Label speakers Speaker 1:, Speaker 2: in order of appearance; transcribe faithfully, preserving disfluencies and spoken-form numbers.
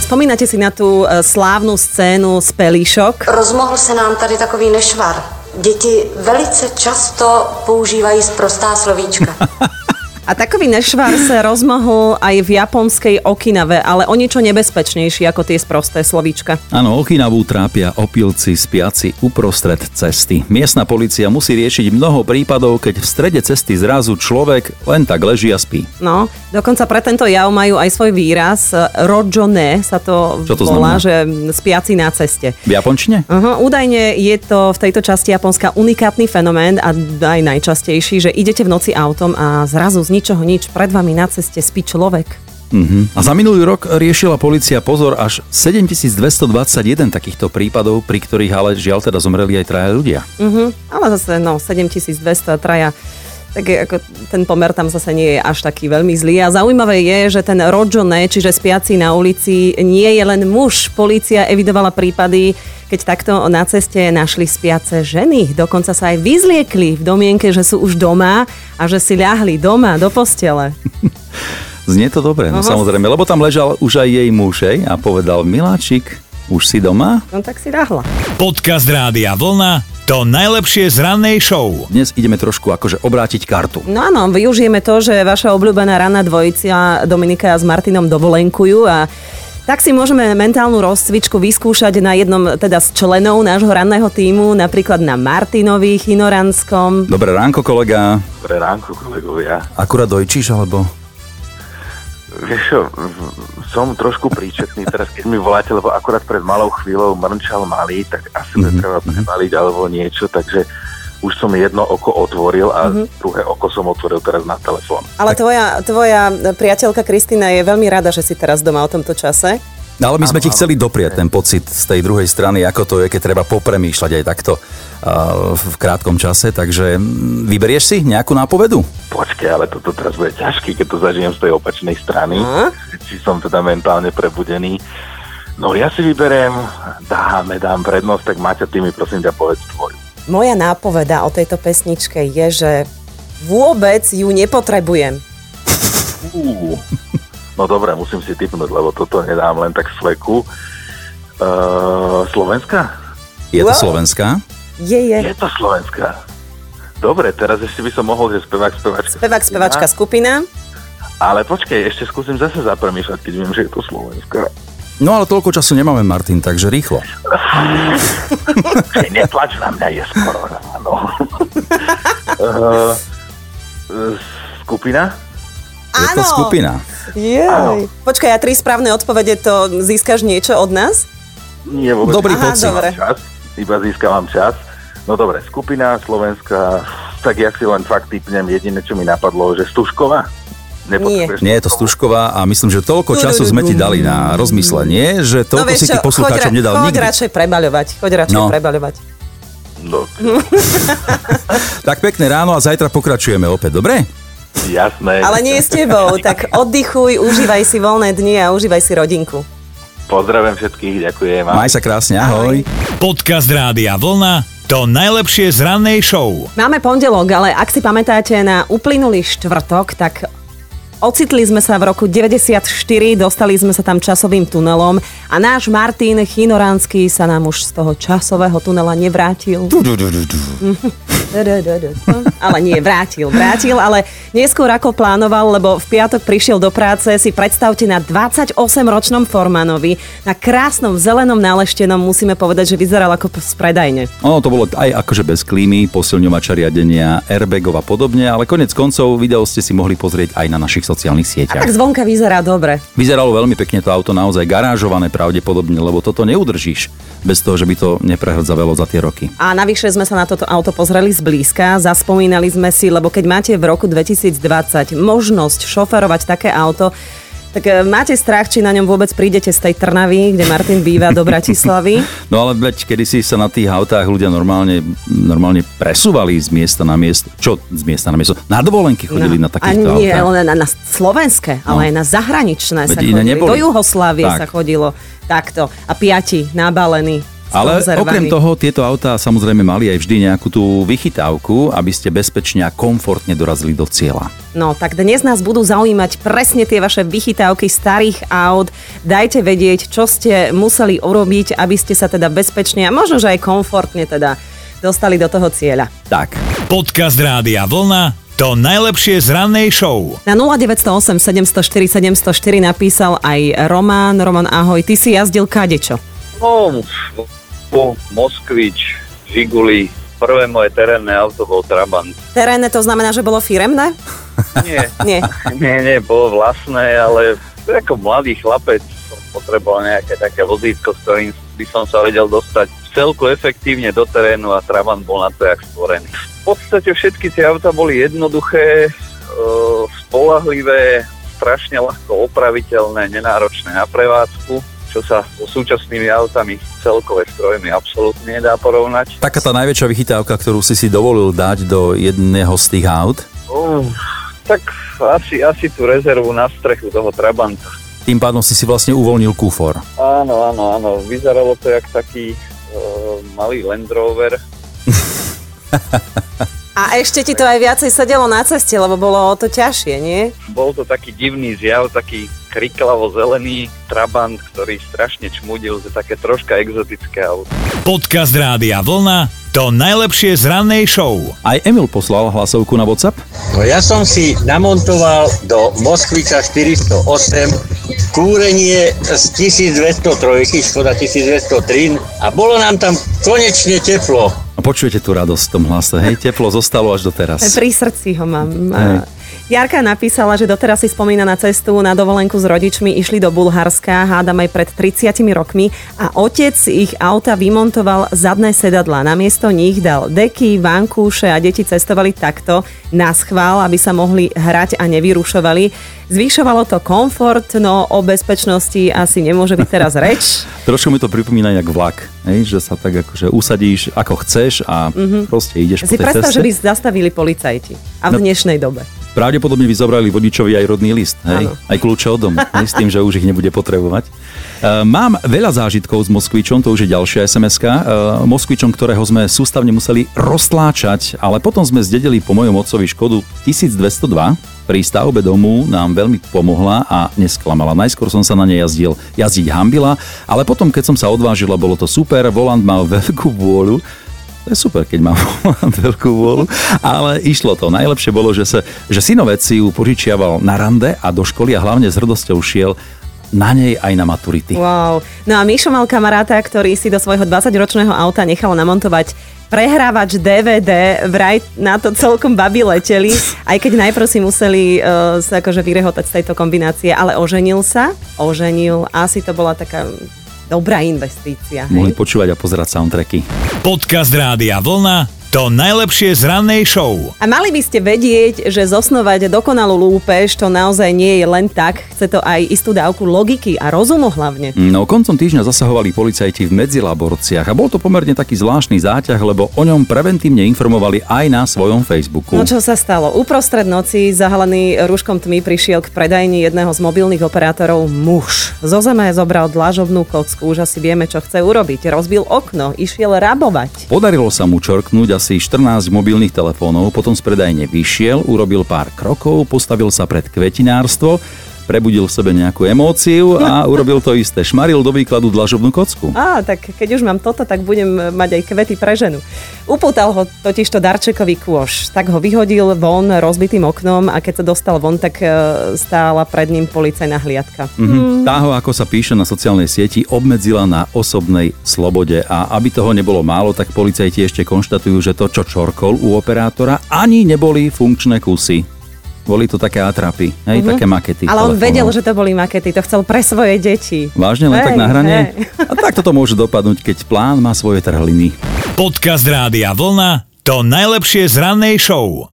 Speaker 1: Spomínate si na tú slávnu scénu z Pelíšok?
Speaker 2: Rozmohl se nám tady takový nešvar. Děti velice často používají sprostá slovíčka.
Speaker 1: A takový nešvar sa rozmohol aj v japonskej Okinave, ale o niečo nebezpečnejší ako tie sprosté slovíčka.
Speaker 3: Áno, Okinavu trápia opilci spiaci uprostred cesty. Miestna polícia musí riešiť mnoho prípadov, keď v strede cesty zrazu človek len tak leží a spí.
Speaker 1: No, dokonca pre tento jav majú aj svoj výraz. Rojone sa to,
Speaker 3: to
Speaker 1: volá, že spiaci na ceste.
Speaker 3: V japončine?
Speaker 1: Uh-huh. Údajne je to v tejto časti Japonska unikátny fenomén a aj najčastejší, že idete v noci autom a zrazu z ničoho nič, pred vami na ceste spí človek.
Speaker 3: Uh-huh. A za minulý rok riešila polícia, pozor, až sedemtisícdvestodvadsaťjeden takýchto prípadov, pri ktorých ale žiaľ teda zomreli aj traja ľudia.
Speaker 1: Uh-huh. Ale zase no, sedemtisícdvesto a traja, tak je, ako, ten pomer tam zase nie je až taký veľmi zlý. A zaujímavé je, že ten rojone, čiže spiaci na ulici, nie je len muž. Polícia evidovala prípady, keď takto na ceste našli spiace ženy. Dokonca sa aj vyzliekli v domienke, že sú už doma a že si ľahli doma do postele.
Speaker 3: Znie to dobre, no, no samozrejme, lebo tam ležal už aj jej muž a povedal: Miláčik, už si doma?
Speaker 1: No tak si ľahla.
Speaker 4: Podcast Rádia Vlna. To najlepšie z rannej show.
Speaker 3: Dnes ideme trošku akože obrátiť kartu.
Speaker 1: No áno, využijeme to, že vaša obľúbená ranná dvojica Dominika s Martinom dovolenkujú a tak si môžeme mentálnu rozcvičku vyskúšať na jednom teda z členov nášho ranného tímu, napríklad na Martinovi Chinoranskom.
Speaker 3: Dobré ránko, kolega.
Speaker 5: Dobré ránko, kolegovia.
Speaker 3: Akurát dojčíš, alebo?
Speaker 5: Vieš čo, som trošku príčetný teraz, keď mi voláte, lebo akurát pred malou chvíľou mrnčal malý, tak asi mm-hmm. treba premaliť alebo niečo, takže už som jedno oko otvoril a mm-hmm. druhé oko som otvoril teraz na telefón.
Speaker 1: Ale tvoja, tvoja priateľka Kristina je veľmi rada, že si teraz doma o tomto čase.
Speaker 3: No ale my sme ti chceli dopriať ten pocit z tej druhej strany, ako to je, keď treba popremýšľať aj takto uh, v krátkom čase, takže vyberieš si nejakú nápovedu?
Speaker 5: Počkej, ale toto teraz bude ťažké, keď to zažijem z tej opačnej strany, uh? či som teda mentálne prebudený. No ja si vyberiem, dáme, dám prednosť, tak Maťa, ty mi prosím ťa povedz tvoju.
Speaker 1: Moja nápoveda o tejto pesničke je, že vôbec ju nepotrebujem.
Speaker 5: Uh. No dobre, musím si tipnúť, lebo toto nedám len tak z fleku. Uh, Slovenská?
Speaker 3: Je to Slovenská?
Speaker 1: Je, je.
Speaker 5: Je to Slovenská. Dobre, teraz ešte by som mohol, že spevák, spevačka.
Speaker 1: Spevák, spevačka skupina.
Speaker 5: Ale počkej, ešte skúsim zase zapremýšľať, keď viem, že je to Slovenská.
Speaker 3: No ale toľko času nemáme, Martin, takže rýchlo.
Speaker 5: Netlač na mňa, je skoro ráno. uh, skupina?
Speaker 3: Je to skupina.
Speaker 1: Jej. Počkaj, a tri správne odpovede, to získaš niečo od nás?
Speaker 5: Nie, vôbec.
Speaker 3: Dobrý pocit.
Speaker 5: Čas, iba získavam čas. No dobre, skupina slovenská, tak ja si len fakt typnem, jediné, čo mi napadlo, že Stužková?
Speaker 1: Nie.
Speaker 3: Nie je to Stužková a myslím, že toľko času sme ti dali na rozmyslenie, že toľko no, si tých poslucháčom nedal
Speaker 1: choď
Speaker 3: nikdy.
Speaker 1: Choď radšej prebaľovať, choď radšej
Speaker 3: no.
Speaker 1: prebaľovať.
Speaker 5: No.
Speaker 3: Tak pekné ráno a zajtra pokračujeme opäť, dobre?
Speaker 5: Jasné.
Speaker 1: Ale nie s tebou, tak oddychuj, užívaj si voľné dni a užívaj si rodinku.
Speaker 5: Pozdravujem všetkých, ďakujem.
Speaker 3: Maj sa krásne, ahoj.
Speaker 4: Podcast Rádia Vlna, to najlepšie z rannej show.
Speaker 1: Máme pondelok, ale ak si pamätáte na uplynulý štvrtok, tak ocitli sme sa v roku deväťdesiatštyri, dostali sme sa tam časovým tunelom a náš Martin Chinoránsky sa nám už z toho časového tunela nevrátil. Du, du, du, du, du. Ale nie, vrátil, vrátil, ale neskôr ako plánoval, lebo v piatok prišiel do práce, si predstavte na dvadsaťosemročnom Formanovi, na krásnom zelenom náleštenom, musíme povedať, že vyzeral ako z predajne.
Speaker 3: Ono to bolo aj akože bez klímy, posilňovača riadenia, airbagov a podobne, ale konec koncov video ste si mohli pozrieť aj na našich sociálnych sieťach.
Speaker 1: A tak zvonka vyzerá dobre.
Speaker 3: Vyzeralo veľmi pekne to auto, naozaj garážované pravdepodobne, lebo toto neudržíš bez toho, že by to neprehrdzavelо za tie roky.
Speaker 1: A navyše sme sa na toto auto pozreli zblízka, zaspomínali sme si, lebo keď máte v roku dvetisícdvadsať možnosť šoferovať také auto, tak máte strach, či na ňom vôbec prídete z tej Trnavy, kde Martin býva, do Bratislavy?
Speaker 3: No ale veď, kedysi sa na tých autách ľudia normálne, normálne presúvali z miesta na miesto. Čo z miesta na miesto? Na dovolenky chodili no, na takýchto autách. A nie
Speaker 1: len na, na slovenské, no. Ale aj na zahraničné veď sa chodili. Do Juhoslávie sa chodilo takto. A piati nabalení.
Speaker 3: Ale okrem toho, tieto autá samozrejme mali aj vždy nejakú tú vychytávku, aby ste bezpečne a komfortne dorazili do cieľa.
Speaker 1: No, tak dnes nás budú zaujímať presne tie vaše vychytávky starých aut. Dajte vedieť, čo ste museli urobiť, aby ste sa teda bezpečne a možno, že aj komfortne teda dostali do toho cieľa.
Speaker 3: Tak.
Speaker 4: Podcast Rádia Vlna. To najlepšie z rannej show.
Speaker 1: Na nula deväť nula osem sedem nula štyri sedem nula štyri napísal aj Roman. Roman, ahoj, ty si jazdil kadečo?
Speaker 6: No, Moskvič, Žiguli, prvé moje terénne auto bol Trabant.
Speaker 1: Terénne to znamená, že bolo firemné?
Speaker 6: Nie,
Speaker 1: nie,
Speaker 6: nie, nie, bolo vlastné, ale ako mladý chlapec som potreboval nejaké také vozítko, s ktorým by som sa vedel dostať celku efektívne do terénu a Trabant bol na to jak stvorený. V podstate všetky tie auta boli jednoduché, e, spolahlivé, strašne ľahko opraviteľné, nenáročné na prevádzku, čo sa so súčasnými autami celkové strojmi absolútne nedá porovnať.
Speaker 3: Taká tá najväčšia vychytávka, ktorú si si dovolil dať do jedného z tých aut?
Speaker 6: Uh, tak asi, asi tú rezervu na strechu toho Trabanta.
Speaker 3: Tým pádom si si vlastne uvoľnil kufor.
Speaker 6: Áno, áno, áno. Vyzeralo to jak taký uh, malý Land Rover.
Speaker 1: A ešte ti to aj viacej sedelo na ceste, lebo bolo o to ťažšie, nie?
Speaker 6: Bol to taký divný zjav, taký kriklavo-zelený Trabant, ktorý strašne čmudil, že také troška exotické auto.
Speaker 4: Podcast Rádia Vlna. To najlepšie z rannej show.
Speaker 3: Aj Emil poslal hlasovku na WhatsApp.
Speaker 7: No ja som si namontoval do Moskviča štyristo osem kúrenie z tisícdvestotri, Škoda tisícdvestotri a bolo nám tam konečne teplo.
Speaker 3: A počujete tú radosť v tom hlase, hej? Teplo zostalo až doteraz.
Speaker 1: Pri srdci ho mám.
Speaker 3: Hej.
Speaker 1: Jarka napísala, že doteraz si spomína na cestu na dovolenku s rodičmi, išli do Bulharska, hádam aj pred tridsiatimi rokmi a otec ich auta vymontoval zadné sedadlá. Namiesto nich dal deky, vankúše a deti cestovali takto na schvál, aby sa mohli hrať a nevyrušovali. Zvyšovalo to komfort, no o bezpečnosti asi nemôže byť teraz reč.
Speaker 3: Trošku mi to pripomína jak vlak, hej? Že sa tak akože usadíš ako chceš a mm-hmm. proste ideš
Speaker 1: si
Speaker 3: po tej
Speaker 1: predstav,
Speaker 3: ceste.
Speaker 1: že by zastavili policajti a v dnešnej dobe.
Speaker 3: Pravdepodobne by zobrali vodičovi aj rodný list, hej?
Speaker 1: Áno.
Speaker 3: Aj kľúče od domu, hej? S tým, že už ich nebude potrebovať. Uh, mám veľa zážitkov s Moskvičom, to už je ďalšia es em eska. Uh, Moskvičom, ktorého sme sústavne museli roztláčať, ale potom sme zdedili po mojom otcovi Škodu tisícdvestodva. Pri stavbe domu nám veľmi pomohla a nesklamala. Najskôr som sa na nej jazdil, jazdiť hambila, ale potom, keď som sa odvážila, bolo to super, volant mal veľkú vôľu. To je super, keď mám veľkú vôľu, ale išlo to. Najlepšie bolo, že, sa, že synovec si ju požičiaval na rande a do školy a hlavne s hrdosťou šiel na nej aj na maturity.
Speaker 1: Wow. No a Mišo mal kamaráta, ktorý si do svojho dvadsaťročného auta nechal namontovať prehrávač dé vé dé, vraj na to celkom babi leteli, aj keď najprv si museli uh, sa akože vyrehotať z tejto kombinácie, ale oženil sa, oženil, asi to bola taká dobrá investícia.
Speaker 3: Mohli
Speaker 1: hej?
Speaker 3: počúvať a pozerať soundtracky.
Speaker 4: Podcast Rádia Vlna. To najlepšie z rannej show.
Speaker 1: A mali by ste vedieť, že zosnovať dokonalú lúpež to naozaj nie je len tak. Chce to aj istú dávku logiky a rozumu hlavne.
Speaker 3: No, koncom týždňa zasahovali policajti v Medzilaborciach a bol to pomerne taký zvláštny záťah, lebo o ňom preventívne informovali aj na svojom Facebooku.
Speaker 1: No čo sa stalo? Uprostred noci zahalený rúškom tmy prišiel k predajni jedného z mobilných operátorov muž. Zo zeme zobral dlažobnú kocku, už asi vieme, čo chce urobiť. Rozbil okno, išiel rabovať.
Speaker 3: Podarilo sa mu čorknúť asi štrnásť mobilných telefónov, potom z predajne vyšiel, urobil pár krokov, postavil sa pred kvetinárstvo, prebudil v sebe nejakú emóciu a urobil to isté. Šmaril do výkladu dlažobnú kocku.
Speaker 1: Á, tak keď už mám toto, tak budem mať aj kvety pre ženu. Upútal ho totižto darčekový kôš, tak ho vyhodil von rozbitým oknom a keď sa dostal von, tak stála pred ním policajná hliadka.
Speaker 3: Mm-hmm. Tá ho, ako sa píše na sociálnej sieti, obmedzila na osobnej slobode a aby toho nebolo málo, tak policajti ešte konštatujú, že to, čo čorkol u operátora, ani neboli funkčné kusy. Boli to také atrapy, hej, uh-huh. také makety.
Speaker 1: Ale on
Speaker 3: telefónov.
Speaker 1: vedel, že to boli makety, to chcel pre svoje deti.
Speaker 3: Vážne, len
Speaker 1: hej,
Speaker 3: tak na hrane?
Speaker 1: Hej.
Speaker 3: A takto to môže dopadnúť, keď plán má svoje trhliny.
Speaker 4: Podcast Rádia Vlna. To najlepšie z rannej show.